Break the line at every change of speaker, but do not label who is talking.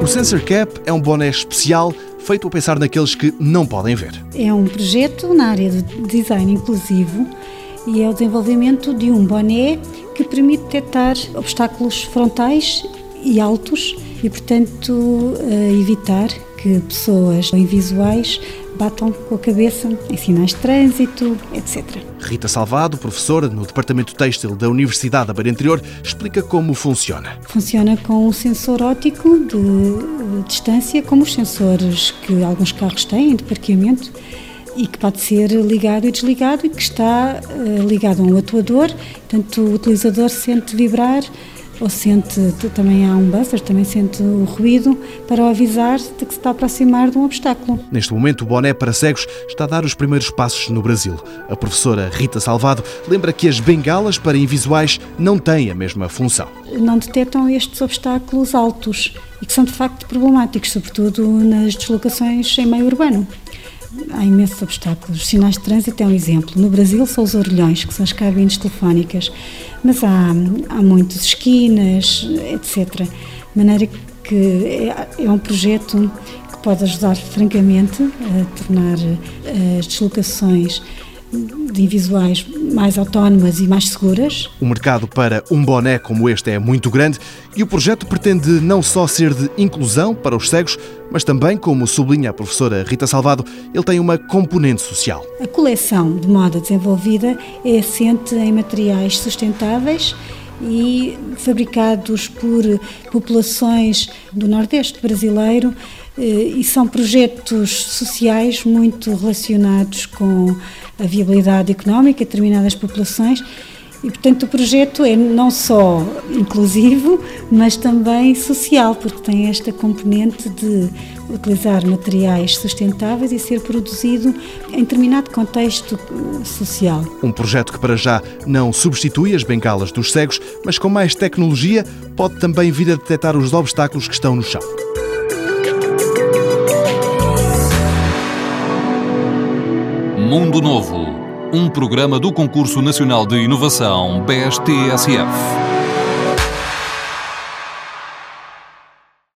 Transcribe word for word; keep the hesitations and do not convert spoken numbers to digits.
Sensor Cap é um boné especial feito a pensar naqueles que não podem ver.
É um projeto na área de design inclusivo e é o desenvolvimento de um boné que permite detectar obstáculos frontais e altos e, portanto, evitar que pessoas invisuais batam com a cabeça em sinais de trânsito, etcétera.
Rita Salvado, professora no Departamento Têxtil da Universidade da Beira Interior, explica como funciona.
Funciona com um sensor óptico de distância, como os sensores que alguns carros têm de parqueamento, e que pode ser ligado e desligado e que está ligado a um atuador, portanto o utilizador sente vibrar ou sente, também há um buzzer, também sente o ruído para o avisar de que se está a aproximar de um obstáculo.
Neste momento, o boné para cegos está a dar os primeiros passos no Brasil. A professora Rita Salvado lembra que as bengalas para invisuais não têm a mesma função.
Não detectam estes obstáculos altos e que são de facto problemáticos, sobretudo nas deslocações em meio urbano. Há imensos obstáculos. Os sinais de trânsito é um exemplo. No Brasil são os orelhões, que são as cabines telefónicas, mas há, há muitas esquinas, etcétera. De maneira que é, é um projeto que pode ajudar francamente a tornar as deslocações de invisuais mais autónomas e mais seguras.
O mercado para um boné como este é muito grande e o projeto pretende não só ser de inclusão para os cegos, mas também, como sublinha a professora Rita Salvado, ele tem uma componente social.
A coleção de moda desenvolvida é assente em materiais sustentáveis e fabricados por populações do Nordeste brasileiro, e são projetos sociais muito relacionados com a viabilidade económica de determinadas populações e, portanto, o projeto é não só inclusivo, mas também social, porque tem esta componente de utilizar materiais sustentáveis e ser produzido em determinado contexto social.
Um projeto que para já não substitui as bengalas dos cegos, mas com mais tecnologia pode também vir a detectar os obstáculos que estão no chão.
Mundo Novo, um programa do Concurso Nacional de Inovação B S T S F.